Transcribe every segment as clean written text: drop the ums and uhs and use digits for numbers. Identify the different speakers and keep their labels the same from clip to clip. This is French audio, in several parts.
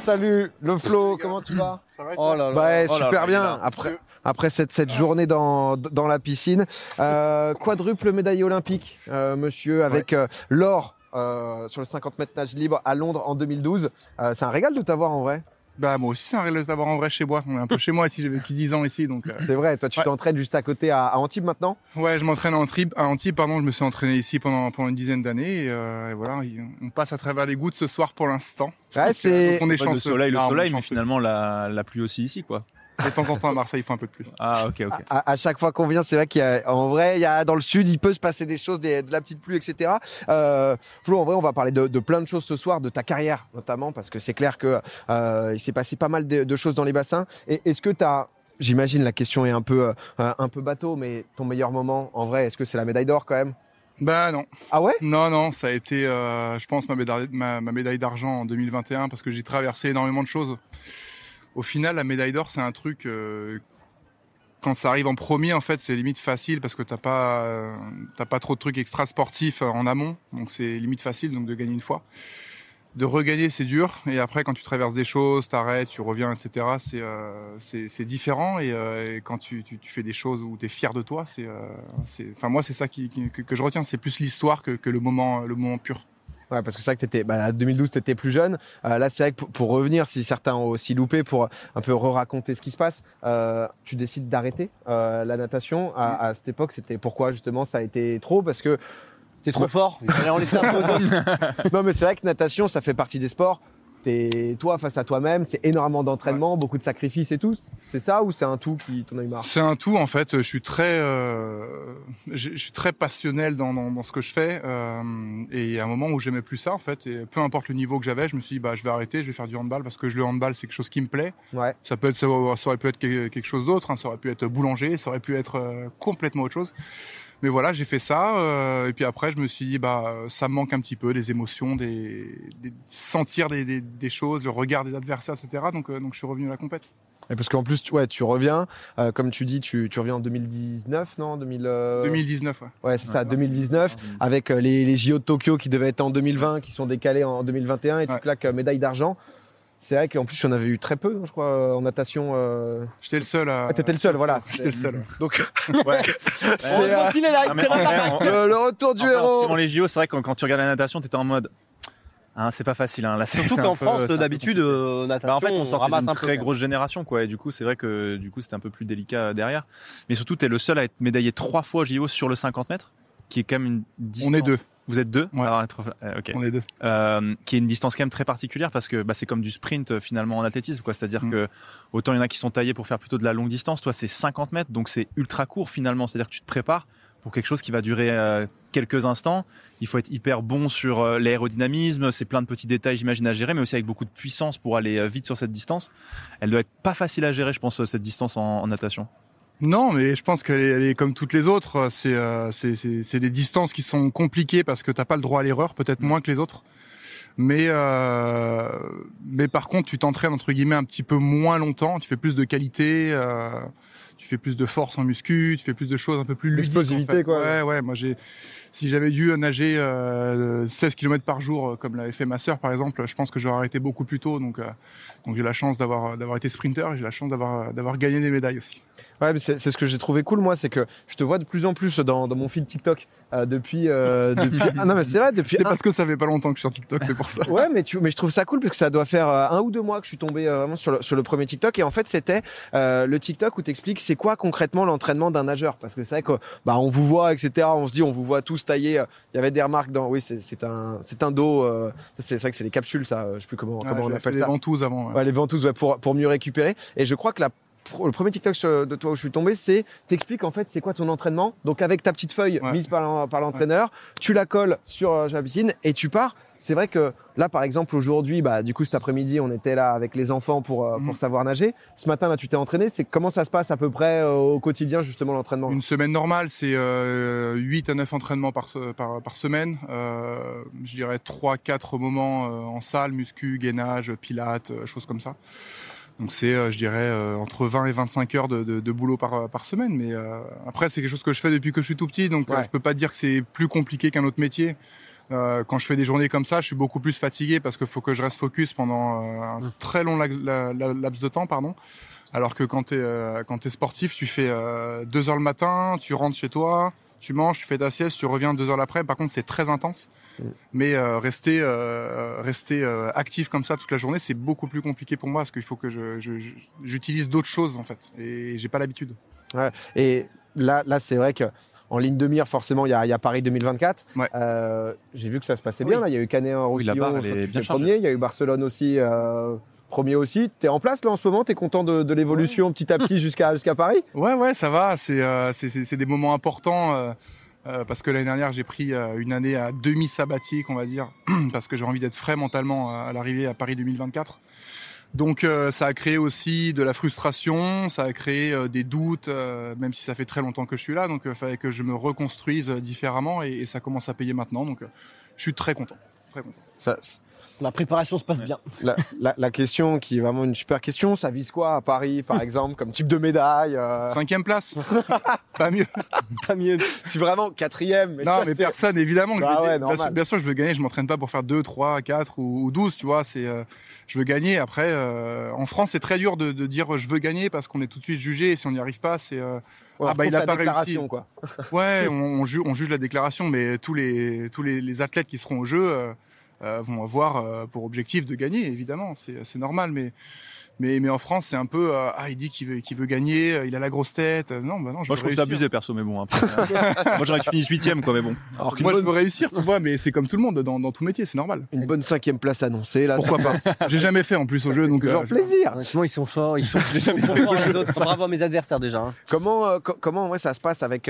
Speaker 1: Salut, le Flo, comment tu vas?
Speaker 2: Oh là là.
Speaker 1: Ouais,
Speaker 2: Oh là
Speaker 1: super
Speaker 2: là,
Speaker 1: bien. Après cette journée dans la piscine, quadruple médaillé olympique, monsieur, avec l'or sur le 50 mètres nage libre à Londres en 2012. C'est un régal de t'avoir en vrai.
Speaker 3: Bah moi aussi c'est un réel de t'avoir en vrai chez moi. On est un peu chez moi ici, j'ai vécu 10 ans ici donc.
Speaker 1: C'est vrai, toi tu t'entraînes juste à côté à Antibes maintenant?
Speaker 3: Ouais, je m'entraîne à Antibes, je me suis entraîné ici pendant une dizaine d'années et voilà, on passe à travers les gouttes ce soir pour l'instant.
Speaker 1: Ouais, c'est
Speaker 3: on est chanceux.
Speaker 2: Le soleil, mais finalement la pluie aussi ici quoi.
Speaker 3: De temps en temps à Marseille, il faut un peu de pluie.
Speaker 2: Ah ok.
Speaker 1: À chaque fois qu'on vient, c'est vrai qu'en vrai, dans le sud, il peut se passer des choses, de la petite pluie, etc. Flo, en vrai, on va parler de plein de choses ce soir, de ta carrière notamment, parce que c'est clair que il s'est passé pas mal de choses dans les bassins. Et est-ce que j'imagine la question est un peu bateau, mais ton meilleur moment, en vrai, est-ce que c'est la médaille d'or quand même?
Speaker 3: Bah non.
Speaker 1: Ah ouais?
Speaker 3: Non, ça a été, je pense, ma médaille d'argent en 2021 parce que j'ai traversé énormément de choses. Au final, la médaille d'or, c'est un truc, quand ça arrive en premier, en fait, c'est limite facile parce que t'as pas trop de trucs extra sportifs en amont. Donc c'est limite facile donc de gagner une fois. De regagner, c'est dur. Et après, quand tu traverses des choses, t'arrêtes, tu reviens, etc., c'est différent. Et quand tu fais des choses où t'es fier de toi, enfin, moi, c'est ça que je retiens. C'est plus l'histoire que le moment pur.
Speaker 1: Ouais, parce que c'est vrai que 2012, t'étais plus jeune. Là, c'est vrai que pour revenir, si certains ont aussi loupé, pour un peu raconter ce qui se passe, tu décides d'arrêter la natation. À cette époque, c'était pourquoi justement ça a été trop? Parce que t'es trop fort. Il fallait en laisser un peu aux autres. Non, mais c'est vrai que natation, ça fait partie des sports. T'es toi face à toi-même, c'est énormément d'entraînement, beaucoup de sacrifices et tout. C'est ça ou c'est un tout qui t'en a eu marre?
Speaker 3: C'est un tout en fait. Je suis très passionnel dans ce que je fais. Et il y a un moment où j'aimais plus ça en fait. Et peu importe le niveau que j'avais, je me suis dit je vais arrêter, je vais faire du handball parce que le handball c'est quelque chose qui me plaît.
Speaker 1: Ouais.
Speaker 3: Ça aurait pu être quelque chose d'autre. Ça aurait pu être boulanger, ça aurait pu être complètement autre chose. Mais voilà, j'ai fait ça, et puis après je me suis dit ça me manque un petit peu, des émotions, sentir des choses, le regard des adversaires, etc. Donc je suis revenu à la compète.
Speaker 1: Et parce qu'en plus tu reviens, comme tu dis, tu reviens en 2019, non
Speaker 3: 2019, ouais.
Speaker 1: Ouais, c'est ça, 2019, avec les JO de Tokyo qui devaient être en 2020, qui sont décalés en 2021, et tu claques médaille d'argent. C'est vrai qu'en plus, on avait eu très peu, je crois, en natation.
Speaker 3: J'étais le seul à.
Speaker 1: Ah, t'étais le seul, voilà.
Speaker 3: J'étais le seul.
Speaker 1: Donc,
Speaker 2: Ouais.
Speaker 1: c'est le retour du héros.
Speaker 2: Suivant les JO, c'est vrai que quand tu regardes la natation, t'étais en mode. C'est pas facile. Là,
Speaker 4: surtout qu'en France, d'habitude, natation,
Speaker 2: en fait, on sort
Speaker 4: ramasse
Speaker 2: d'une
Speaker 4: un peu.
Speaker 2: très grosse génération, quoi. Et du coup, c'est vrai que c'était un peu plus délicat derrière. Mais surtout, t'es le seul à être médaillé 3 fois JO sur le 50 mètres, qui est quand même une distance.
Speaker 3: On est 2.
Speaker 2: Vous êtes 2?
Speaker 3: Ouais.
Speaker 2: Alors, ok.
Speaker 3: On est 2.
Speaker 2: Qui est une distance quand même très particulière parce que c'est comme du sprint finalement en athlétisme, quoi. C'est-à-dire que autant il y en a qui sont taillés pour faire plutôt de la longue distance, toi c'est 50 mètres, donc c'est ultra court finalement. C'est-à-dire que tu te prépares pour quelque chose qui va durer quelques instants. Il faut être hyper bon sur l'aérodynamisme, c'est plein de petits détails j'imagine à gérer, mais aussi avec beaucoup de puissance pour aller vite sur cette distance. Elle doit être pas facile à gérer, je pense, cette distance en natation.
Speaker 3: Non, mais je pense qu'elle est comme toutes les autres. C'est des distances qui sont compliquées parce que t'as pas le droit à l'erreur, peut-être moins que les autres. Mais par contre, tu t'entraînes entre guillemets un petit peu moins longtemps. Tu fais plus de qualité, tu fais plus de force en muscu, tu fais plus de choses un peu plus ludiques.
Speaker 1: L'explosivité,
Speaker 3: en fait.
Speaker 1: quoi.
Speaker 3: Ouais. Moi, si j'avais dû nager 16 km par jour, comme l'avait fait ma sœur, par exemple, je pense que j'aurais arrêté beaucoup plus tôt. Donc j'ai la chance d'avoir été sprinter et j'ai la chance d'avoir gagné des médailles aussi.
Speaker 1: Ouais, mais c'est ce que j'ai trouvé cool, moi, c'est que je te vois de plus en plus dans mon feed TikTok depuis. Ah non, mais c'est vrai, depuis.
Speaker 3: C'est parce que ça fait pas longtemps que je suis sur TikTok, c'est pour ça.
Speaker 1: Ouais, mais je trouve ça cool parce que ça doit faire 1 ou 2 mois que je suis tombé vraiment sur le premier TikTok, et en fait c'était le TikTok où t'expliques c'est quoi concrètement l'entraînement d'un nageur, parce que c'est vrai que on vous voit, etc. On se dit on vous voit tous taillés. Il y avait des remarques dans. Oui, c'est un dos. C'est vrai que c'est des capsules, ça. Je sais plus comment on appelle ça.
Speaker 3: Les ventouses avant.
Speaker 1: Ouais, les ventouses, ouais, pour mieux récupérer. Et je crois que le premier TikTok de toi où je suis tombé, c'est t'expliques en fait c'est quoi ton entraînement. Donc avec ta petite feuille mise par l'entraîneur, tu la colles sur la piscine et tu pars. C'est vrai que là, par exemple, aujourd'hui, du coup, cet après-midi, on était là avec les enfants pour savoir nager. Ce matin, là, tu t'es entraîné. Comment ça se passe à peu près au quotidien, justement, l'entraînement?
Speaker 3: Une semaine normale, c'est 8 à 9 entraînements par semaine. Je dirais 3-4 moments en salle, muscu, gainage, pilates, choses comme ça. Donc c'est, je dirais, entre 20 et 25 heures de boulot par semaine. Mais après, c'est quelque chose que je fais depuis que je suis tout petit. Donc je peux pas dire que c'est plus compliqué qu'un autre métier. Quand je fais des journées comme ça, je suis beaucoup plus fatigué parce qu'il faut que je reste focus pendant un très long laps de temps, pardon. Alors que quand t'es sportif, tu fais 2 heures le matin, tu rentres chez toi, tu manges, tu fais ta sieste, tu reviens 2 heures après. Par contre, c'est très intense. Mais rester actif comme ça toute la journée, c'est beaucoup plus compliqué pour moi parce qu'il faut que j'utilise d'autres choses en fait. Et j'ai pas l'habitude.
Speaker 1: Ouais. Et là, c'est vrai que en ligne de mire, forcément, il y a Paris 2024.
Speaker 3: Ouais.
Speaker 1: J'ai vu que ça se passait bien. Là, il y a eu Canet-en-Roussillon,
Speaker 2: la barre, elle est bien chargée.
Speaker 1: premier. Il y a eu Barcelone aussi, premier aussi. T'es en place là en ce moment? T'es content de l'évolution petit à petit jusqu'à Paris?
Speaker 3: Ouais, ça va. C'est des moments importants parce que l'année dernière, j'ai pris une année à demi-sabbatique, on va dire, parce que j'ai envie d'être frais mentalement à l'arrivée à Paris 2024. Donc ça a créé aussi de la frustration, ça a créé des doutes, même si ça fait très longtemps que je suis là. Donc il fallait que je me reconstruise différemment et ça commence à payer maintenant. Donc je suis très content. Très content.
Speaker 4: La préparation se passe bien.
Speaker 1: La question qui est vraiment une super question, ça vise quoi à Paris par exemple comme type de médaille
Speaker 3: 5e place. Pas mieux.
Speaker 4: Pas mieux.
Speaker 1: Si vraiment 4e.
Speaker 3: Non, mais personne, évidemment. Bien sûr, je veux gagner. Je m'entraîne pas pour faire 2, 3, 4 ou 12, tu vois. Je veux gagner. Après, en France, c'est très dur de dire je veux gagner parce qu'on est tout de suite jugé. Et si on n'y arrive pas, c'est il a pas réussi.
Speaker 1: Quoi.
Speaker 3: Ouais, on juge la déclaration, mais tous les athlètes qui seront au jeu vont avoir pour objectif de gagner, évidemment, c'est normal, mais en France c'est un peu il dit qu'il veut gagner, il a la grosse tête. Non,
Speaker 2: moi je trouve ça abusé perso, mais bon après, moi j'aurais fini 8e quoi, mais bon.
Speaker 3: Alors moi je veux réussir, tu vois, mais c'est comme tout le monde dans tout métier, c'est normal.
Speaker 1: Une bonne 5e place annoncée là.
Speaker 3: Pourquoi pas? J'ai jamais fait en plus au jeu, donc
Speaker 1: genre plaisir.
Speaker 4: Honnêtement, ils sont forts, j'ai jamais fait au jeu. Bravo à mes adversaires déjà. Hein.
Speaker 1: Comment ouais, ça se passe avec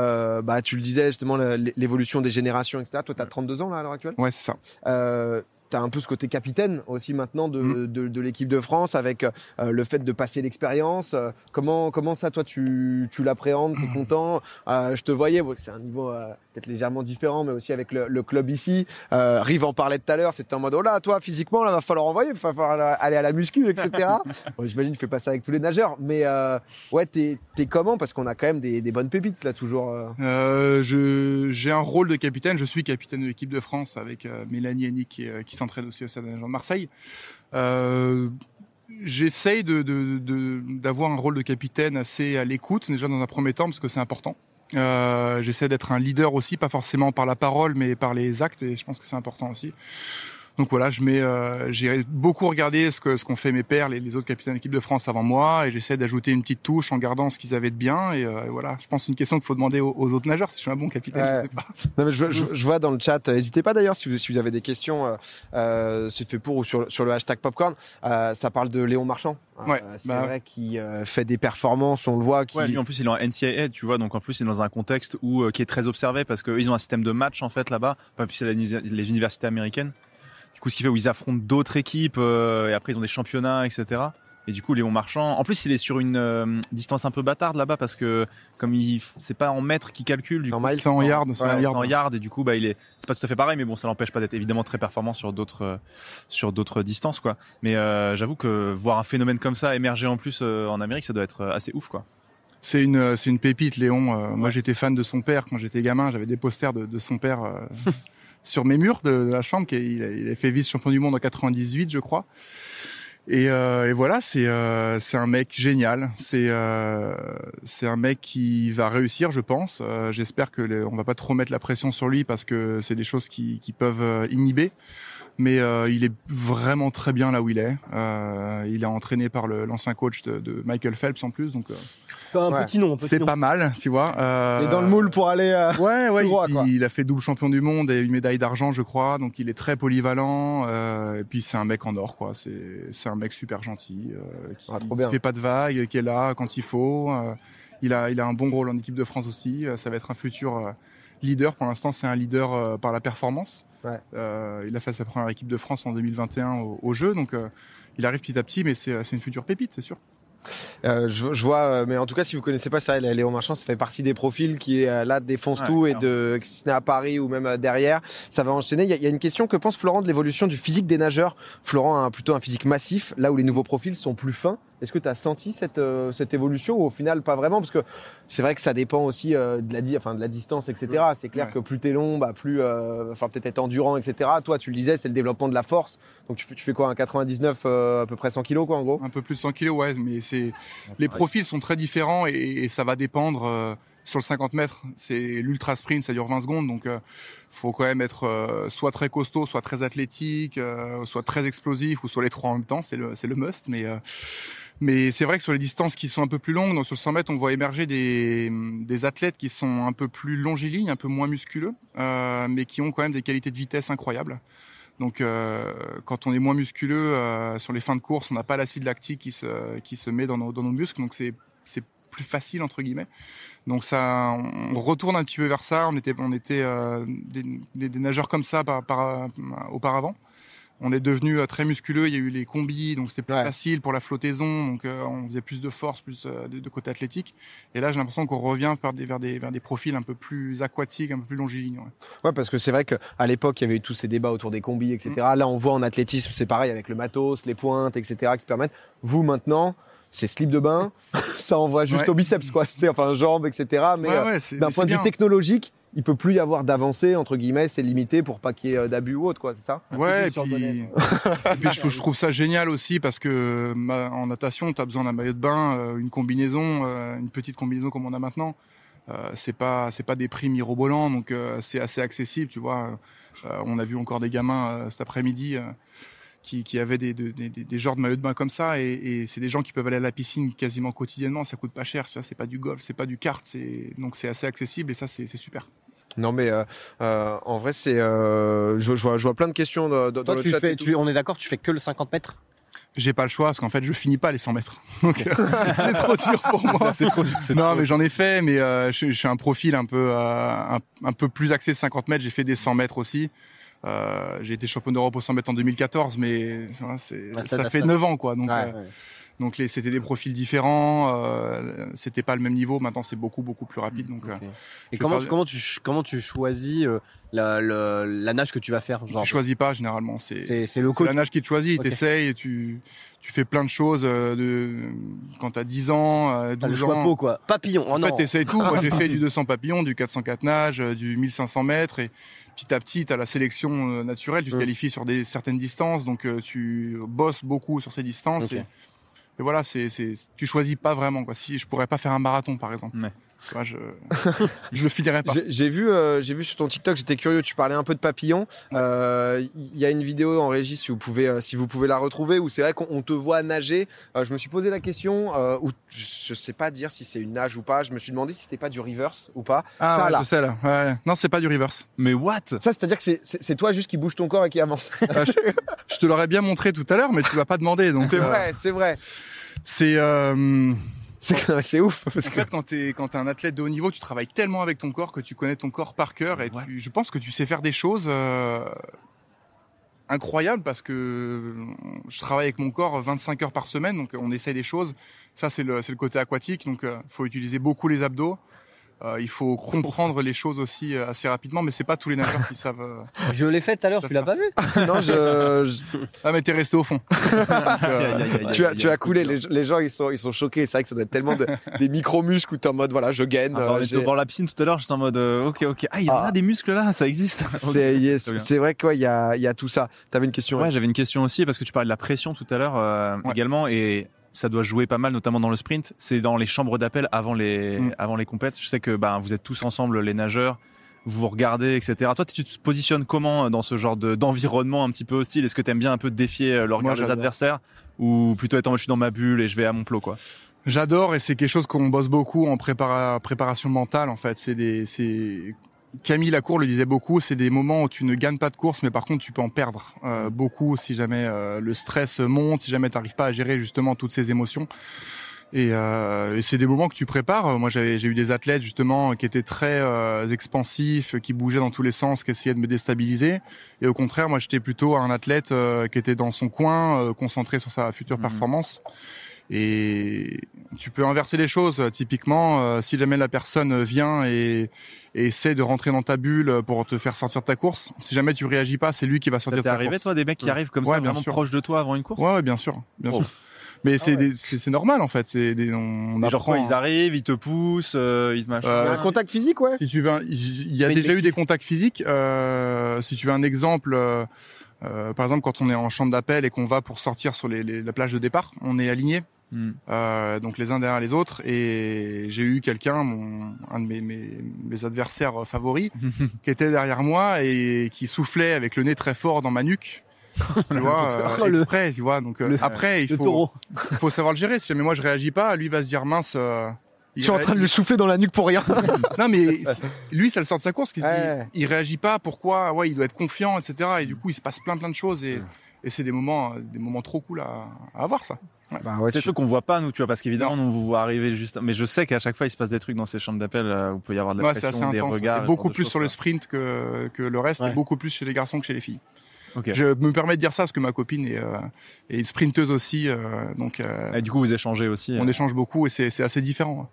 Speaker 1: tu le disais justement l'évolution des générations, etc. Toi t'as 32 ans là à l'heure actuelle.
Speaker 3: Ouais, c'est ça.
Speaker 1: T'as un peu ce côté capitaine aussi maintenant de l'équipe de France avec le fait de passer l'expérience. Comment ça, toi, tu l'appréhendes? T'es content? Je te voyais, c'est un niveau peut-être légèrement différent, mais aussi avec le club ici. Rive en parlait tout à l'heure, c'était en mode, oh là, toi, physiquement, là, va falloir envoyer, va falloir aller à la muscu, etc. Bon, j'imagine que tu fais pas ça avec tous les nageurs, mais ouais, t'es comment? Parce qu'on a quand même des bonnes pépites là, toujours.
Speaker 3: J'ai un rôle de capitaine, je suis capitaine de l'équipe de France avec Mélanie Hennig qui s'entraîne aussi au Stade de Marseille. J'essaye d'avoir un rôle de capitaine assez à l'écoute, déjà dans un premier temps, parce que c'est important. J'essaie d'être un leader aussi, pas forcément par la parole, mais par les actes, et je pense que c'est important aussi. Donc voilà, j'ai beaucoup regardé ce qu'ont fait mes pairs, les autres capitaines d'équipe de France avant moi, et j'essaie d'ajouter une petite touche en gardant ce qu'ils avaient de bien. Et voilà, je pense que c'est une question qu'il faut demander aux autres nageurs. Si je suis un bon capitaine, je sais pas.
Speaker 1: Non, mais je vois dans le chat. N'hésitez pas d'ailleurs si vous avez des questions. C'est fait pour ou sur le hashtag Popcorn. Ça parle de Léon Marchand.
Speaker 3: Ouais,
Speaker 1: c'est vrai qu'il fait des performances, on le voit.
Speaker 2: Ouais, lui en plus il est en NCAA, tu vois, donc en plus il est dans un contexte qui est très observé parce qu'ils ont un système de match en fait là-bas. Puis c'est les universités américaines. Du coup, ce qui fait où ils affrontent d'autres équipes et après ils ont des championnats, etc. Et du coup, Léon Marchand, en plus, il est sur une distance un peu bâtarde là-bas parce que comme c'est pas en mètres qu'il calcule,
Speaker 3: c'est en yards,
Speaker 2: en yards et du coup, c'est pas tout à fait pareil, mais bon, ça l'empêche pas d'être évidemment très performant sur d'autres distances, quoi. Mais j'avoue que voir un phénomène comme ça émerger en plus en Amérique, ça doit être assez ouf, quoi.
Speaker 3: C'est une pépite, Léon. Moi, j'étais fan de son père quand j'étais gamin. J'avais des posters de son père. Sur mes murs de la chambre, il a fait vice-champion du monde en 98, je crois. Et voilà, c'est un mec génial. C'est un mec qui va réussir, je pense. J'espère que on va pas trop mettre la pression sur lui parce que c'est des choses qui peuvent inhiber. Mais il est vraiment très bien là où il est. Il est entraîné par l'ancien coach de Michael Phelps en plus, donc.
Speaker 4: Petit nom.
Speaker 3: C'est pas mal, tu vois.
Speaker 1: Il est dans le moule pour aller
Speaker 3: tout
Speaker 1: droit, quoi.
Speaker 3: Il a fait double champion du monde et une médaille d'argent, je crois. Donc il est très polyvalent. Et puis c'est un mec en or, quoi. C'est un mec super gentil, qui fait pas de vagues, qui est là quand il faut. Il a un bon rôle en équipe de France aussi. Ça va être un futur leader. Pour l'instant, c'est un leader par la performance.
Speaker 1: Ouais.
Speaker 3: Il a fait sa première équipe de France en 2021 au jeu. Donc il arrive petit à petit, mais c'est une future pépite, c'est sûr.
Speaker 1: Je vois, mais en tout cas, si vous connaissez pas ça, Léon Marchand, ça fait partie des profils qui là défonce tout et si ce n'est à Paris ou même derrière, ça va enchaîner. Il y a une question, que pense Florent de l'évolution du physique des nageurs? Florent a plutôt un physique massif, là où les nouveaux profils sont plus fins. Est-ce que tu as senti cette évolution ou au final pas vraiment? Parce que c'est vrai que ça dépend aussi de la distance, etc. C'est clair que plus t'es long, plus peut-être être endurant, etc. Toi, tu le disais, c'est le développement de la force. Donc tu fais quoi, un 99 à peu près 100 kilos quoi en gros?
Speaker 3: Un peu plus de 100 kilos, ouais, mais les profils sont très différents et ça va dépendre. Sur le 50 mètres, c'est l'ultra sprint, ça dure 20 secondes, donc faut quand même être soit très costaud, soit très athlétique, soit très explosif, ou soit les trois en même temps, c'est le must. Mais c'est vrai que sur les distances qui sont un peu plus longues, donc sur le 100 mètres, on voit émerger des athlètes qui sont un peu plus longilignes, un peu moins musculeux, mais qui ont quand même des qualités de vitesse incroyables. Donc quand on est moins musculeux sur les fins de course, on n'a pas l'acide lactique qui se met dans nos muscles, donc c'est plus facile entre guillemets. Donc ça, on retourne un petit peu vers ça. On était des nageurs comme ça auparavant. On est devenu très musculeux. Il y a eu les combis, donc c'était plus facile pour la flottaison. Donc on faisait plus de force, plus de côté athlétique. Et là, j'ai l'impression qu'on revient vers des profils un peu plus aquatiques, un peu plus longilignes.
Speaker 1: Ouais, parce que c'est vrai qu'à l'époque, il y avait eu tous ces débats autour des combis, etc. Là, on voit en athlétisme, c'est pareil avec le matos, les pointes, etc. qui permettent. Vous maintenant, c'est slip de bain, ça envoie juste au biceps, quoi. C'est jambes, etc. Mais d'un point de vue technologique, il peut plus y avoir d'avancée, entre guillemets, c'est limité pour pas qu'il y ait d'abus ou autre, quoi, c'est ça?
Speaker 3: Ouais, et puis je trouve ça génial aussi parce que en natation, tu as besoin d'un maillot de bain, une combinaison, une petite combinaison comme on a maintenant. C'est pas des prix mirobolants, donc c'est assez accessible, tu vois. On a vu encore des gamins cet après-midi qui avaient des genres de maillots de bain comme ça, et c'est des gens qui peuvent aller à la piscine quasiment quotidiennement, ça coûte pas cher, ça, c'est pas du golf, c'est pas du kart, donc c'est assez accessible et ça c'est super.
Speaker 1: Non mais en vrai c'est je vois plein de questions dans
Speaker 4: toi,
Speaker 1: le chat.
Speaker 4: On est d'accord, tu fais que le 50 mètres?
Speaker 3: J'ai pas le choix parce qu'en fait je finis pas les 100 mètres. Donc c'est trop dur pour moi. Mais j'en ai fait, mais je suis un profil un peu plus axé 50 mètres, j'ai fait des 100 mètres aussi. J'ai été champion d'Europe au 100 mètres en 2014, mais ça fait 9 ans, quoi. Donc c'était des profils différents, c'était pas le même niveau. Maintenant, c'est beaucoup plus rapide. Donc,
Speaker 4: et comment tu choisis la nage que tu vas faire?
Speaker 3: Tu choisis pas généralement. C'est
Speaker 4: le coach.
Speaker 3: La nage qui te choisit. T'essayes et tu fais plein de choses quand t'as 10 ans, 12 ans.
Speaker 4: Le choix quoi. Papillon.
Speaker 3: En fait, t'essayes tout. Moi, j'ai fait du 200 papillons, du 404 nage, du 1500 mètres et petit à petit, t'as la sélection naturelle. Tu te qualifies sur certaines distances, donc tu bosses beaucoup sur ces distances. Et voilà, tu choisis pas vraiment, quoi. Si je pourrais pas faire un marathon, par exemple. Ouais. Tu vois, je le finirais pas.
Speaker 1: J'ai vu sur ton TikTok, j'étais curieux, tu parlais un peu de papillons. Il y a une vidéo en régie, si vous pouvez la retrouver, où c'est vrai qu'on te voit nager. Je me suis posé la question, où je sais pas dire si c'est une nage ou pas. Je me suis demandé si c'était pas du reverse ou pas.
Speaker 3: Ah, ça, là. Je sais, là. Ouais. Non, c'est pas du reverse.
Speaker 2: Mais what?
Speaker 1: Ça, c'est-à-dire que c'est toi juste qui bouge ton corps et qui avance.
Speaker 3: Je te l'aurais bien montré tout à l'heure, mais tu l'as pas demandé, donc.
Speaker 1: C'est vrai. C'est ouf. Parce
Speaker 3: que quand t'es un athlète de haut niveau, tu travailles tellement avec ton corps que tu connais ton corps par cœur et je pense que tu sais faire des choses incroyables parce que je travaille avec mon corps 25 heures par semaine, donc on essaie des choses. Ça, c'est le côté aquatique, donc faut utiliser beaucoup les abdos. Il faut comprendre les choses aussi assez rapidement, mais c'est pas tous les nageurs qui savent.
Speaker 4: Je l'ai fait tout à l'heure, tu l'as pas vu?
Speaker 1: Non,
Speaker 3: Ah, mais t'es resté au fond.
Speaker 1: Tu as coulé. Les gens, ils sont choqués. C'est vrai que ça doit être tellement des micro-muscles où t'es en mode, voilà, je gaine.
Speaker 2: On était dans la piscine tout à l'heure, j'étais en mode, ok. Ah, il y en a des muscles là, ça existe.
Speaker 1: C'est vrai qu'il y a tout ça. T'avais une question?
Speaker 2: Ouais, j'avais une question aussi parce que tu parlais de la pression tout à l'heure également, et ça doit jouer pas mal, notamment dans le sprint. C'est dans les chambres d'appel avant les compètes. Je sais que vous êtes tous ensemble, les nageurs, vous vous regardez, etc. Toi, tu te positionnes comment dans ce genre d'environnement un petit peu hostile? Est-ce que tu aimes bien un peu défier le regard des adversaires, ou plutôt être en mode je suis dans ma bulle et je vais à mon plot, quoi?
Speaker 3: J'adore, et c'est quelque chose qu'on bosse beaucoup en préparation mentale, en fait. Camille Lacour le disait beaucoup, c'est des moments où tu ne gagnes pas de course, mais par contre tu peux en perdre beaucoup si jamais le stress monte, si jamais tu n'arrives pas à gérer justement toutes ces émotions. Et c'est des moments que tu prépares. Moi, j'ai eu des athlètes justement qui étaient très expansifs, qui bougeaient dans tous les sens, qui essayaient de me déstabiliser. Et au contraire, moi, j'étais plutôt un athlète qui était dans son coin, concentré sur sa future performance. Et tu peux inverser les choses. Typiquement, si jamais la personne vient et essaie de rentrer dans ta bulle pour te faire sortir de ta course, si jamais tu réagis pas, c'est lui qui va sortir de sa course.
Speaker 2: Ça t'est arrivé, toi, des mecs qui arrivent comme ça, vraiment proches de toi avant une course?
Speaker 3: Ouais, bien sûr. Mais c'est normal en fait. On
Speaker 2: Genre
Speaker 3: apprend.
Speaker 2: quoi, ils arrivent, ils te poussent, ils te machin.
Speaker 1: Il y a un contact physique, ouais.
Speaker 3: Si tu veux, il y a déjà eu des contacts physiques. Si tu veux un exemple, par exemple, quand on est en chambre d'appel et qu'on va pour sortir sur la plage de départ, on est alignés. Donc les uns derrière les autres, et j'ai eu quelqu'un, un de mes adversaires favoris, qui était derrière moi et qui soufflait avec le nez très fort dans ma nuque. Tu vois, exprès, tu vois. Donc après, il faut savoir le gérer. Si jamais moi je réagis pas, lui va se dire mince.
Speaker 1: Je suis en train de le souffler dans la nuque pour rien.
Speaker 3: Non, mais lui, ça le sort de sa course. Il réagit pas. Pourquoi? Ouais, il doit être confiant, etc. Et du coup, il se passe plein de choses et c'est des moments trop cool à avoir, ça. Ouais.
Speaker 2: Bah ouais, c'est des trucs qu'on voit pas, nous, tu vois, parce qu'évidemment, on vous voit arriver juste. Mais je sais qu'à chaque fois, il se passe des trucs dans ces chambres d'appel où il peut y avoir de la pression, des regards.
Speaker 3: Et beaucoup plus sur le sprint que le reste, et beaucoup plus chez les garçons que chez les filles.
Speaker 2: Okay.
Speaker 3: Je me permets de dire ça parce que ma copine est une sprinteuse aussi, donc.
Speaker 2: Et du coup, vous échangez aussi.
Speaker 3: On échange beaucoup et c'est assez différent.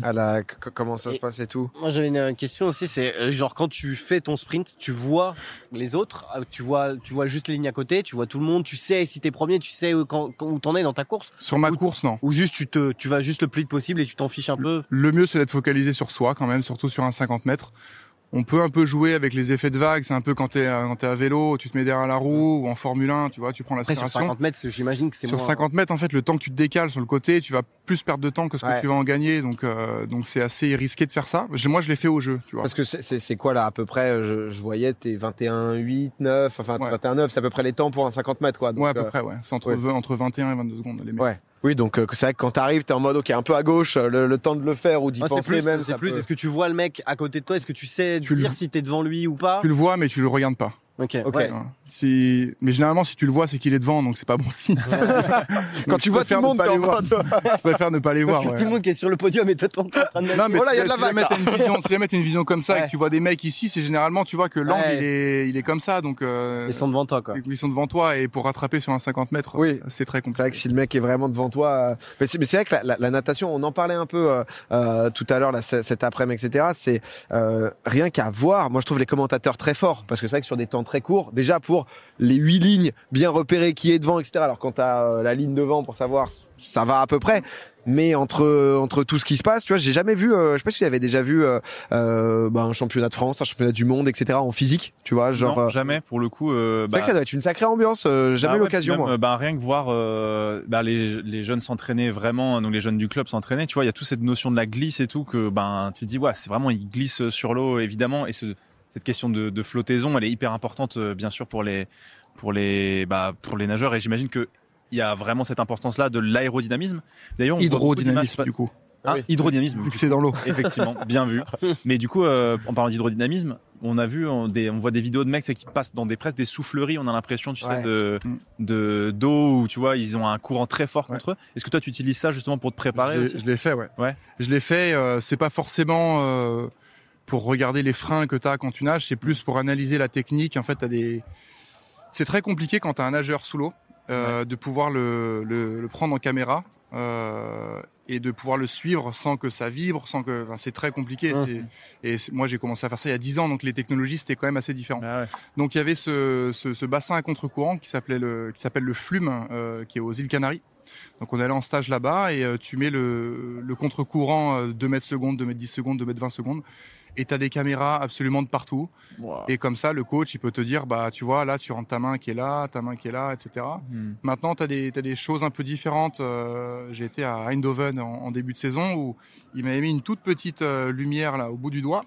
Speaker 1: Comment ça se passe et tout.
Speaker 4: Moi, j'avais une question aussi. C'est genre quand tu fais ton sprint, tu vois les autres, tu vois juste les lignes à côté, tu vois tout le monde, tu sais si t'es premier, tu sais où t'en es dans ta course.
Speaker 3: Sur ma course, non.
Speaker 4: Ou juste tu vas juste le plus vite possible et tu t'en fiches un peu.
Speaker 3: Le mieux, c'est d'être focalisé sur soi quand même, surtout sur un 50 mètres. On peut un peu jouer avec les effets de vague, c'est un peu quand t'es à vélo, tu te mets derrière la roue, ou en Formule 1, tu vois, tu prends l'aspiration.
Speaker 4: Sur 50 mètres, j'imagine que c'est
Speaker 3: sur 50 mètres, en fait, le temps que tu te décales sur le côté, tu vas plus perdre de temps que ce que tu vas en gagner, donc c'est assez risqué de faire ça. Moi, je l'ai fait au jeu, tu vois.
Speaker 1: Parce que c'est quoi là, à peu près, je voyais, t'es 21,8, 9, enfin, 21,9, c'est à peu près les temps pour un 50 mètres, quoi. Donc,
Speaker 3: ouais, à peu près, ouais. C'est entre 21 et 22 secondes, les mecs.
Speaker 1: Ouais. Oui, donc c'est vrai que quand t'arrives, t'es en mode, ok, un peu à gauche, le temps de le faire ou d'y penser même.
Speaker 4: C'est plus, est-ce que tu vois le mec à côté de toi, est-ce que tu sais dire si t'es devant lui ou pas?
Speaker 3: Tu le vois, mais tu le regardes pas.
Speaker 4: Ok.
Speaker 3: Ouais. Mais généralement, si tu le vois, c'est qu'il est devant, donc c'est pas bon signe.
Speaker 1: Quand tu vois tout le monde, t'es en mode.
Speaker 3: Je préfère ne pas les voir.
Speaker 4: Tout le monde qui est sur le podium et toi, t'es en train de.
Speaker 3: Non, mais
Speaker 1: voilà,
Speaker 3: si jamais t'as une vision comme ça et que tu vois des mecs ici, c'est généralement, tu vois que l'angle, il est comme ça, donc.
Speaker 4: Ils sont devant toi, quoi.
Speaker 3: Ils sont devant toi, et pour rattraper sur un 50 mètres, c'est très compliqué.
Speaker 1: C'est vrai que si le mec est vraiment devant toi, mais c'est vrai que la natation, on en parlait un peu tout à l'heure, là, cet après-midi, etc. C'est rien qu'à voir. Moi, je trouve les commentateurs très forts, parce que c'est vrai que sur des temps très courts, déjà pour les 8 lignes bien repérées, qui est devant, etc. Alors quand t'as la ligne devant pour savoir, ça va à peu près. Mais entre tout ce qui se passe, tu vois, j'ai jamais vu, je sais pas si tu avais déjà vu un championnat de France, un championnat du monde, etc. en physique, tu vois, genre.
Speaker 2: Non, jamais. Pour le coup.
Speaker 1: C'est vrai que ça doit être une sacrée ambiance. Jamais eu l'occasion. Moi.
Speaker 2: Rien que voir les jeunes s'entraîner vraiment, donc les jeunes du club s'entraîner, tu vois, il y a toute cette notion de la glisse et tout que tu te dis c'est vraiment ils glissent sur l'eau évidemment, et cette question de flottaison, elle est hyper importante, bien sûr, pour les nageurs, et j'imagine que il y a vraiment cette importance-là de l'aérodynamisme. D'ailleurs,
Speaker 3: hydrodynamisme, du coup.
Speaker 2: Hydrodynamisme.
Speaker 3: Vu que c'est dans l'eau.
Speaker 2: Effectivement, bien vu. Mais du coup, en parlant d'hydrodynamisme, on voit des vidéos de mecs qui passent dans presque des souffleries, on a l'impression, tu sais, d'eau, où tu vois, ils ont un courant très fort contre eux. Est-ce que toi, tu utilises ça justement pour te préparer aussi ?
Speaker 3: Je l'ai fait, ouais. Je l'ai fait, c'est pas forcément pour regarder les freins que t'as quand tu nages, c'est plus pour analyser la technique. En fait, c'est très compliqué quand t'as un nageur sous l'eau, de pouvoir le prendre en caméra, et de pouvoir le suivre sans que ça vibre, c'est très compliqué. Et moi, j'ai commencé à faire ça il y a 10 ans, donc les technologies, c'était quand même assez différent. Donc, il y avait ce bassin à contre-courant qui s'appelle le Flume, qui est aux îles Canaries. Donc, on est allé en stage là-bas, et tu mets le contre-courant 2 mètres secondes, 2 mètres 10 secondes, 2 mètres 20 secondes. Et t'as des caméras absolument de partout. Wow. Et comme ça, le coach, il peut te dire, tu vois, là, tu rentres ta main qui est là, etc. Maintenant, t'as des choses un peu différentes. J'ai été à Eindhoven en début de saison, où il m'avait mis une toute petite lumière là au bout du doigt.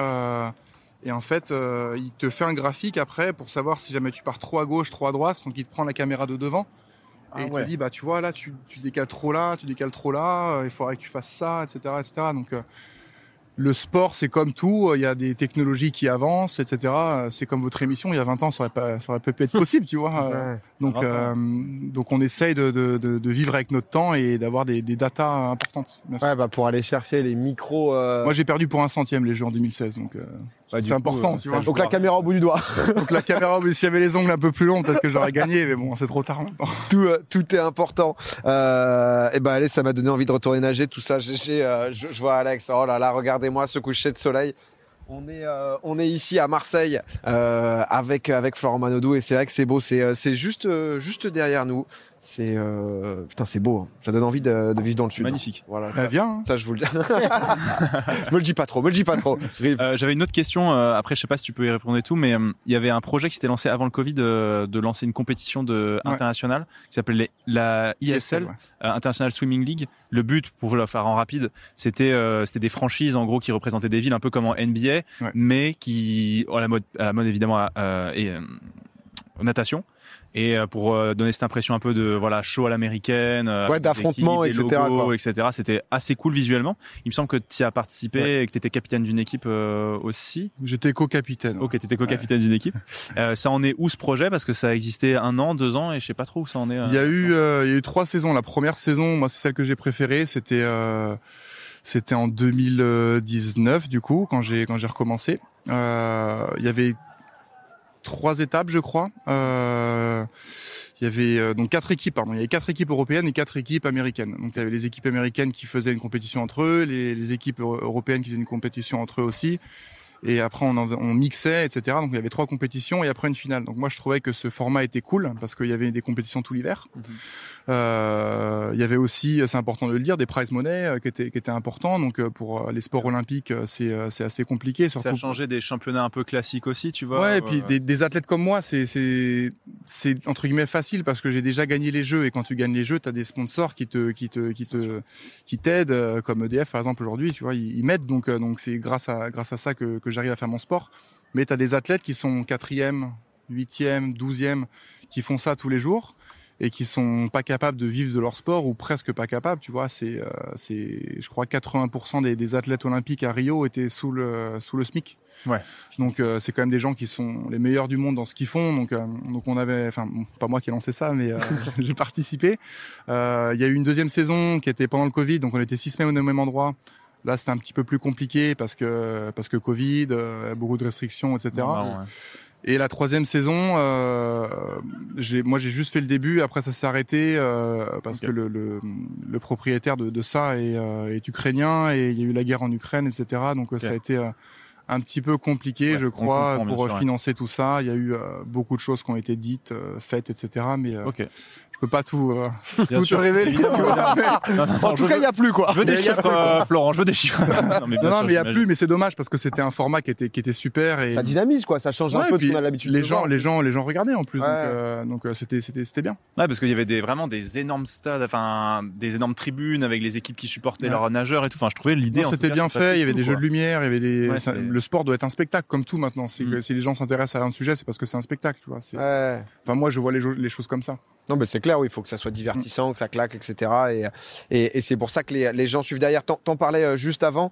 Speaker 3: Et en fait, il te fait un graphique après pour savoir si jamais tu pars trop à gauche, trop à droite. Donc, il te prend la caméra de devant. Et il te dit, tu vois, là, tu décales trop là, il faudrait que tu fasses ça, etc. Donc, le sport, c'est comme tout. Il y a des technologies qui avancent, etc. C'est comme votre émission. Il y a 20 ans, ça aurait pas pu être possible, tu vois. Donc on essaye de vivre avec notre temps et d'avoir des datas importantes.
Speaker 1: Pour aller chercher les micros.
Speaker 3: Moi, j'ai perdu pour 1/100 les Jeux en 2016, donc. C'est important, tu vois.
Speaker 1: Donc la caméra au bout du doigt.
Speaker 3: Donc la caméra, mais s'il y avait les ongles un peu plus longs, peut-être que j'aurais gagné, mais bon, c'est trop tard maintenant.
Speaker 1: Tout est important. Allez, ça m'a donné envie de retourner nager, tout ça. Je vois Alex. Oh là là, regardez-moi ce coucher de soleil. On est ici à Marseille avec Florent Manodou, et c'est vrai que c'est beau. C'est juste derrière nous. putain, c'est beau. Hein. Ça donne envie de vivre dans le sud.
Speaker 2: Magnifique.
Speaker 1: Hein. Voilà.
Speaker 3: Bah, viens.
Speaker 1: Ça, je vous le dis. me le dis pas trop. Rive.
Speaker 2: J'avais une autre question. Après, je sais pas si tu peux y répondre et tout, mais il y avait un projet qui s'était lancé avant le Covid de lancer une compétition internationale qui s'appelait la ISL, International Swimming League. Le but, pour le faire en rapide, c'était des franchises en gros qui représentaient des villes un peu comme en NBA, mais qui à la mode évidemment natation. Et pour donner cette impression un peu de show à l'américaine,
Speaker 1: d'affrontement,
Speaker 2: etc. C'était assez cool visuellement. Il me semble que tu y as participé et que tu étais capitaine d'une équipe aussi.
Speaker 3: J'étais co-capitaine.
Speaker 2: Ok, tu étais co-capitaine d'une équipe. Ça en est où ce projet? Parce que ça a existé 1 an, 2 ans et je sais pas trop où ça en est.
Speaker 3: Il y a eu 3 saisons. La première saison, moi c'est celle que j'ai préférée. C'était en 2019 du coup quand j'ai recommencé. Il y avait 3 étapes, je crois. Il y avait donc 4 équipes, pardon. Il y avait 4 équipes européennes et 4 équipes américaines. Donc il y avait les équipes américaines qui faisaient une compétition entre eux, les équipes européennes qui faisaient une compétition entre eux aussi. Et après on mixait, etc. Donc il y avait 3 compétitions et après une finale. Donc moi je trouvais que ce format était cool parce qu'il y avait des compétitions tout l'hiver. Il y avait aussi, c'est important de le dire, des prize money qui étaient importants. Donc pour les sports olympiques, c'est assez compliqué. Surtout.
Speaker 2: Ça a changé des championnats un peu classiques aussi, tu vois.
Speaker 3: Ouais, et puis des athlètes comme moi, c'est entre guillemets facile parce que j'ai déjà gagné les jeux et quand tu gagnes les jeux, t'as des sponsors qui t'aident, comme EDF par exemple aujourd'hui, tu vois, ils m'aident. Donc c'est grâce à ça que j'arrive à faire mon sport. Mais t'as des athlètes qui sont 4e, 8e, 12e, qui font ça tous les jours et qui sont pas capables de vivre de leur sport ou presque pas capables, tu vois. C'est je crois 80% des athlètes olympiques à Rio étaient sous le SMIC.
Speaker 2: Ouais.
Speaker 3: Donc c'est quand même des gens qui sont les meilleurs du monde dans ce qu'ils font. Donc on avait, pas moi qui ai lancé ça, mais j'ai participé. Il y a eu une deuxième saison qui était pendant le Covid, donc on était 6 semaines au même endroit. Là, c'était un petit peu plus compliqué parce que Covid, beaucoup de restrictions, etc.
Speaker 2: Non, ouais.
Speaker 3: Et la 3e saison, moi j'ai juste fait le début. Après, ça s'est arrêté parce que le propriétaire de ça est ukrainien et il y a eu la guerre en Ukraine, etc. Donc ça a été un petit peu compliqué, je crois, pour financer tout ça. Il y a eu beaucoup de choses qui ont été dites, faites, etc. Mais je peux pas tout te révéler.
Speaker 1: En tout cas, il y a plus quoi.
Speaker 2: Je veux des chiffres, Florent. Je veux des chiffres.
Speaker 3: Mais il y a plus, mais c'est dommage parce que c'était un format qui était super et
Speaker 1: ça dynamise quoi. Ça change un peu de ce qu'on a l'habitude de voir.
Speaker 3: Les gens regardaient en plus. Donc c'était bien.
Speaker 2: Ouais, parce qu'il y avait vraiment des énormes stades, des énormes tribunes avec les équipes qui supportaient leurs nageurs et tout. Enfin, je trouvais l'idée.
Speaker 3: C'était bien fait. Il y avait des jeux de lumière. Il y avait le sport doit être un spectacle comme tout maintenant. Si les gens s'intéressent à un sujet, c'est parce que c'est un spectacle, tu vois. Enfin, moi, je vois les choses comme ça.
Speaker 1: Non, mais c'est clair, oui, il faut que ça soit divertissant, que ça claque, etc. Et c'est pour ça que les gens suivent derrière. T'en parlais juste avant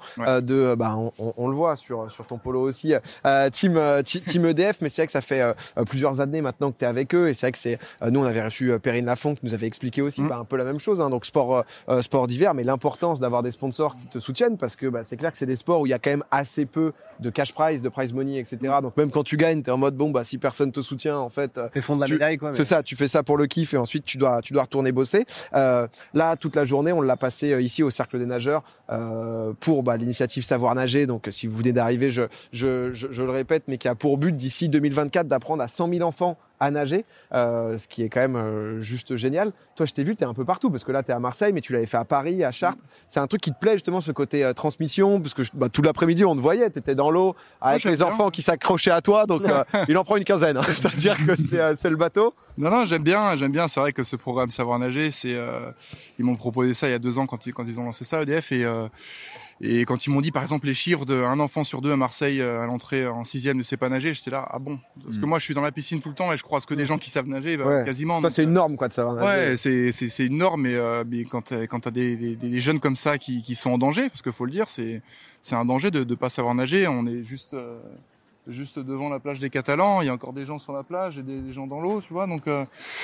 Speaker 1: on le voit sur ton polo aussi, team EDF, mais c'est vrai que ça fait plusieurs années maintenant que tu es avec eux. Et c'est vrai que nous, on avait reçu Perrine Lafont qui nous avait expliqué aussi un peu la même chose. Hein, donc sport d'hiver, mais l'importance d'avoir des sponsors qui te soutiennent parce que c'est clair que c'est des sports où il y a quand même assez peu de cash prize, de prize money, etc. Donc même quand tu gagnes, t'es en mode si personne te soutient, en fait,
Speaker 4: les fonds de la médaille, quoi.
Speaker 1: C'est ça, tu fais ça pour le kiff et ensuite tu dois retourner bosser. Là, toute la journée, on l'a passé ici au Cercle des Nageurs pour l'initiative Savoir Nager. Donc si vous venez d'arriver, je le répète, mais qui a pour but d'ici 2024 d'apprendre à 100 000 enfants à nager, ce qui est quand même juste génial. Toi, je t'ai vu, t'es un peu partout, parce que là, t'es à Marseille, mais tu l'avais fait à Paris, à Chartres. C'est un truc qui te plaît, justement, ce côté transmission, parce que tout l'après-midi, on te voyait, t'étais dans l'eau, avec les enfants qui s'accrochaient à toi, donc il en prend une quinzaine. Hein. C'est-à-dire que c'est le bateau.
Speaker 3: Non, j'aime bien. C'est vrai que ce programme Savoir Nager, ils m'ont proposé ça il y a 2 ans quand ils ont lancé ça, EDF, et quand ils m'ont dit, par exemple, les chiffres d'un enfant sur 2 à Marseille à l'entrée en 6e ne sait pas nager, j'étais là, ah bon? Parce que moi, je suis dans la piscine tout le temps et je croise que des gens qui savent nager, quasiment.
Speaker 1: Toi, c'est une norme, quoi, de savoir nager.
Speaker 3: Ouais, c'est une norme, mais quand t'as des jeunes comme ça qui sont en danger, parce qu'il faut le dire, c'est un danger de pas savoir nager. On est juste devant la plage des Catalans, il y a encore des gens sur la plage et des gens dans l'eau, tu vois, donc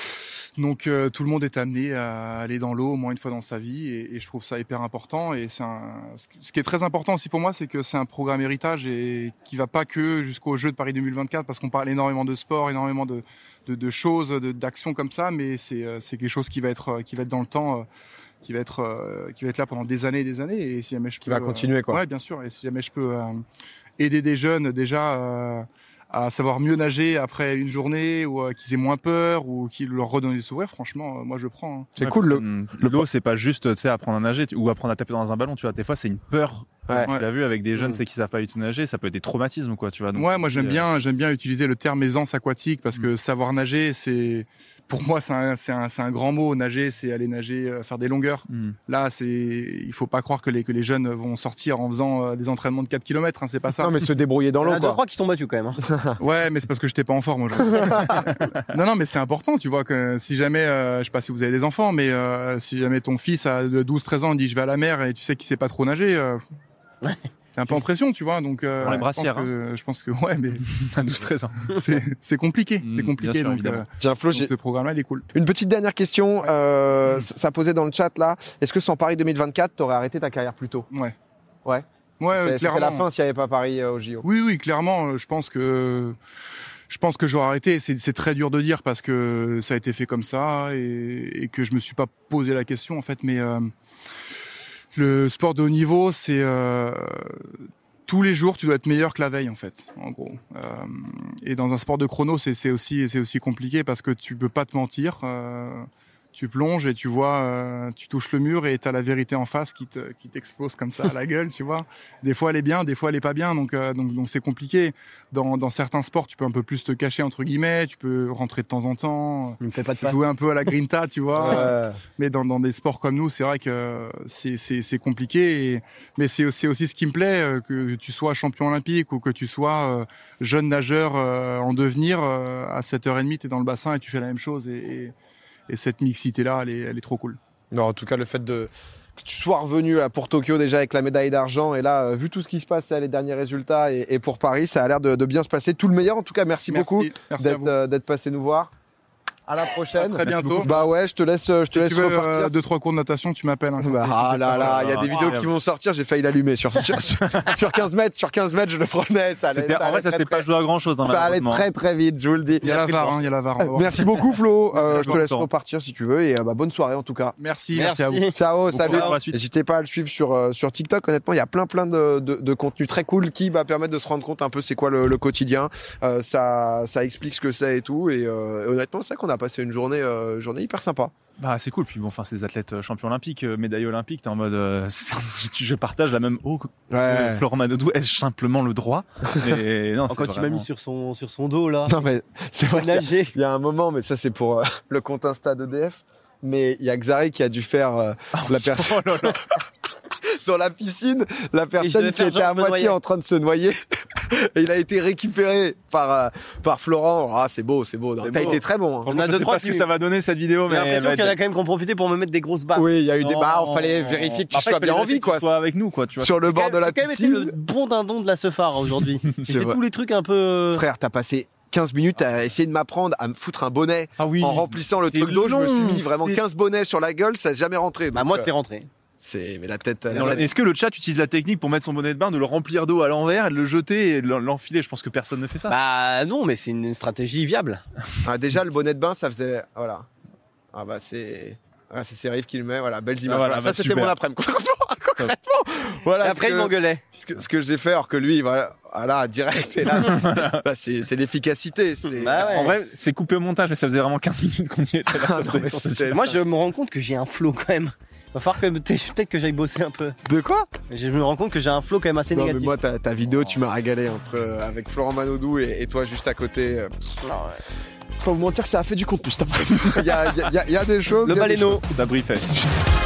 Speaker 3: tout le monde est amené à aller dans l'eau au moins une fois dans sa vie et je trouve ça hyper important. Et ce qui est très important aussi pour moi, c'est que c'est un programme héritage et qui va pas que jusqu'aux Jeux de Paris 2024 parce qu'on parle énormément de sport, énormément de choses, d'actions comme ça, mais c'est quelque chose qui va être dans le temps. Qui va être là pendant des années et des années et si jamais je peux
Speaker 1: va continuer quoi.
Speaker 3: Ouais, bien sûr, et si jamais je peux aider des jeunes déjà à savoir mieux nager après une journée ou qu'ils aient moins peur ou qu'ils leur redonnent du sourire, franchement, moi je prends. Hein.
Speaker 1: C'est
Speaker 2: Ouais,
Speaker 1: cool.
Speaker 2: parce que, l'eau, c'est pas juste, tu sais, apprendre à nager ou apprendre à taper dans un ballon, tu vois. Des fois, c'est une peur.
Speaker 1: Ouais.
Speaker 2: Tu l'as vu avec des jeunes, tu sais, qui savent pas du tout nager, ça peut être des traumatismes, quoi, tu vois. Donc,
Speaker 3: Ouais, moi j'aime bien utiliser le terme aisance aquatique parce que savoir nager, pour moi c'est un grand mot. Nager, c'est aller nager, faire des longueurs. Là, il faut pas croire que les jeunes vont sortir en faisant des entraînements de 4 km, hein, c'est pas ça.
Speaker 1: Non, mais se débrouiller dans
Speaker 4: Il y en
Speaker 1: l'eau,
Speaker 4: a deux,
Speaker 1: quoi.
Speaker 4: trois qui sont battus quand même. Hein.
Speaker 3: Ouais, mais c'est parce que j'étais pas en forme aujourd'hui. Non, mais c'est important, tu vois, que si jamais, je sais pas si vous avez des enfants, mais si jamais ton fils a 12-13 ans, il dit je vais à la mer et tu sais qu'il sait pas trop nager, t'es un peu en pression, tu vois, donc
Speaker 2: Pour les brassières,
Speaker 3: je pense que ouais, mais
Speaker 2: à 12-13 ans.
Speaker 3: c'est compliqué,
Speaker 2: Bien sûr,
Speaker 3: donc,
Speaker 2: évidemment.
Speaker 1: Tiens, Flo,
Speaker 3: donc ce programme-là, il est cool.
Speaker 1: une petite dernière question. Ça posait dans le chat là. Est-ce que sans Paris 2024, t'aurais arrêté ta carrière plus tôt?
Speaker 3: Ouais.
Speaker 1: Ouais.
Speaker 3: Ouais,
Speaker 1: Ça serait
Speaker 3: clairement.
Speaker 1: la fin s'il n'y avait pas Paris au JO.
Speaker 3: Oui, clairement, je pense que j'aurais arrêté. C'est très dur de dire parce que ça a été fait comme ça et que je me suis pas posé la question en fait. Mais le sport de haut niveau, c'est tous les jours, tu dois être meilleur que la veille en fait, en gros. Et dans un sport de chrono, c'est aussi compliqué parce que tu peux pas te mentir. Tu plonges et tu vois, tu touches le mur et t'as la vérité en face qui t'explose comme ça à la gueule, tu vois. Des fois elle est bien, des fois elle est pas bien, donc c'est compliqué. Dans certains sports, tu peux un peu plus te cacher entre guillemets, tu peux rentrer de temps en temps,
Speaker 4: Ne me fais pas de face.
Speaker 3: jouer un peu à la grinta, tu vois.
Speaker 1: Ouais.
Speaker 3: Mais dans des sports comme nous, c'est vrai que c'est compliqué. Mais c'est aussi ce qui me plaît, que tu sois champion olympique ou que tu sois jeune nageur en devenir. À 7h30, t'es dans le bassin et tu fais la même chose. Et cette mixité-là, elle est trop cool.
Speaker 1: Non, en tout cas, le fait que tu sois revenu là, pour Tokyo déjà avec la médaille d'argent et là, vu tout ce qui se passe, là, les derniers résultats et pour Paris, ça a l'air de bien se passer. Tout le meilleur. En tout cas, merci beaucoup
Speaker 3: Merci à vous.
Speaker 1: d'être passé nous voir. À la prochaine.
Speaker 3: À très bientôt.
Speaker 1: Bah ouais, je te laisse
Speaker 3: Si tu veux
Speaker 1: repartir.
Speaker 3: 2-3 cours de natation, tu m'appelles. Hein,
Speaker 1: Bah, ah là là, il y a des vidéos
Speaker 2: incroyable.
Speaker 1: qui vont sortir, j'ai failli l'allumer sur 15 mètres, je le prenais, ça allait,
Speaker 2: En vrai, ça s'est pas joué à grand chose dans
Speaker 1: ça allait
Speaker 2: malheureusement.
Speaker 1: très très vite, je vous le dis.
Speaker 3: Il y a la VAR, il y a la VAR. on va voir.
Speaker 1: Merci beaucoup Flo,
Speaker 3: Merci
Speaker 1: je te laisse
Speaker 2: longtemps.
Speaker 1: repartir si tu veux et bonne soirée en tout cas.
Speaker 3: Merci à vous.
Speaker 1: Ciao, salut.
Speaker 2: courage pour la suite.
Speaker 1: N'hésitez pas à le suivre sur TikTok. Honnêtement, il y a plein de contenus très cool qui va permettre de se rendre compte un peu c'est quoi le quotidien. Ça explique ce que c'est et tout. Et honnêtement, c'est vrai qu'on a passé une journée hyper sympa.
Speaker 2: Bah, c'est cool. Puis bon, enfin, c'est des athlètes champions olympiques, médailles olympiques. T'es en mode, je partage la même eau que
Speaker 1: Ouais.
Speaker 2: Florent Manodou. Ai-je simplement le droit? Mais non, c'est
Speaker 4: Quand il m'a
Speaker 2: vraiment-
Speaker 4: mis sur son dos là,
Speaker 1: Non mais c'est vrai.
Speaker 4: nager.
Speaker 1: Il y a un moment, mais ça c'est pour le compte Insta d'EDF. Mais il y a Xari qui a dû faire la personne
Speaker 2: Oh là là.
Speaker 1: dans la piscine, la
Speaker 4: devais
Speaker 1: personne qui
Speaker 4: faire
Speaker 1: était
Speaker 4: genre
Speaker 1: à
Speaker 4: me
Speaker 1: moitié
Speaker 4: noyer.
Speaker 1: en train de se noyer. Et il a été récupéré par Florent. Ah, c'est beau.
Speaker 2: C'est
Speaker 1: T'as
Speaker 2: beau.
Speaker 1: été très bon. Hein.
Speaker 4: On a
Speaker 2: Je
Speaker 4: deux,
Speaker 2: sais
Speaker 4: trois
Speaker 2: pas ce que
Speaker 4: qui-
Speaker 2: ça va donner cette vidéo,
Speaker 4: J'ai
Speaker 2: mais
Speaker 4: l'impression qu'il y en a quand même qui ont profité pour me mettre des grosses barres.
Speaker 1: Oui, il y a eu des
Speaker 2: Non.
Speaker 1: barres. Il fallait vérifier que tu
Speaker 2: Après,
Speaker 1: sois
Speaker 2: il
Speaker 1: bien en
Speaker 2: fallait
Speaker 1: vie, quoi.
Speaker 2: que tu sois avec nous, quoi, tu vois.
Speaker 1: Sur le bord de la
Speaker 4: J'ai quand même été le
Speaker 1: piscine.
Speaker 4: bon dindon de la Sephar aujourd'hui. J'ai
Speaker 1: C'est
Speaker 4: fait
Speaker 1: vrai.
Speaker 4: tous les trucs un peu.
Speaker 1: Frère, t'as passé 15 minutes à essayer de m'apprendre à me foutre un bonnet
Speaker 2: Ah oui.
Speaker 1: en remplissant le
Speaker 2: c'est
Speaker 1: truc d'eau. Je me suis
Speaker 2: long,
Speaker 1: mis vraiment
Speaker 2: c'était-
Speaker 1: 15 bonnets sur la gueule. Ça n'a jamais rentré.
Speaker 4: Bah
Speaker 1: Donc,
Speaker 4: moi c'est rentré.
Speaker 1: mais la tête.
Speaker 2: Non, Est-ce que le chat utilise la technique pour mettre son bonnet de bain, de le remplir d'eau à l'envers, et de le jeter et de l'enfiler? Je pense que personne ne fait ça.
Speaker 4: Bah non, mais c'est une stratégie viable.
Speaker 1: Ah, déjà, le bonnet de bain, ça faisait. Voilà. Ah bah c'est. Ah, c'est Serif qui le met, voilà, belles images.
Speaker 2: voilà,
Speaker 1: Voilà,
Speaker 2: bah,
Speaker 1: ça c'était
Speaker 2: super.
Speaker 1: mon après-midi. Concrètement, voilà.
Speaker 4: Et après il m'engueulait.
Speaker 1: ce que j'ai fait, alors que lui, voilà, direct. Et là, bah, c'est l'efficacité. C'est.
Speaker 4: Bah ouais.
Speaker 2: En vrai, c'est coupé au montage, mais ça faisait vraiment 15 minutes qu'on y était. Là,
Speaker 1: Ah,
Speaker 2: sur
Speaker 1: non, mais
Speaker 2: ce- sur ce
Speaker 1: c'était-
Speaker 2: sujet.
Speaker 4: Moi je me rends compte que j'ai un flow quand même. Va falloir que peut-être que j'aille bosser un peu.
Speaker 1: De quoi?
Speaker 4: Je me rends compte que j'ai un flow quand même assez
Speaker 1: Non, mais
Speaker 4: négatif.
Speaker 1: moi, ta vidéo, tu m'as régalé avec Florent Manodou et toi juste à côté. Faut vous mentir que ça a fait du contenu cet après-midi. Il y a des choses.
Speaker 4: Le
Speaker 1: il y a des
Speaker 4: baleineau.
Speaker 2: Ça briefait.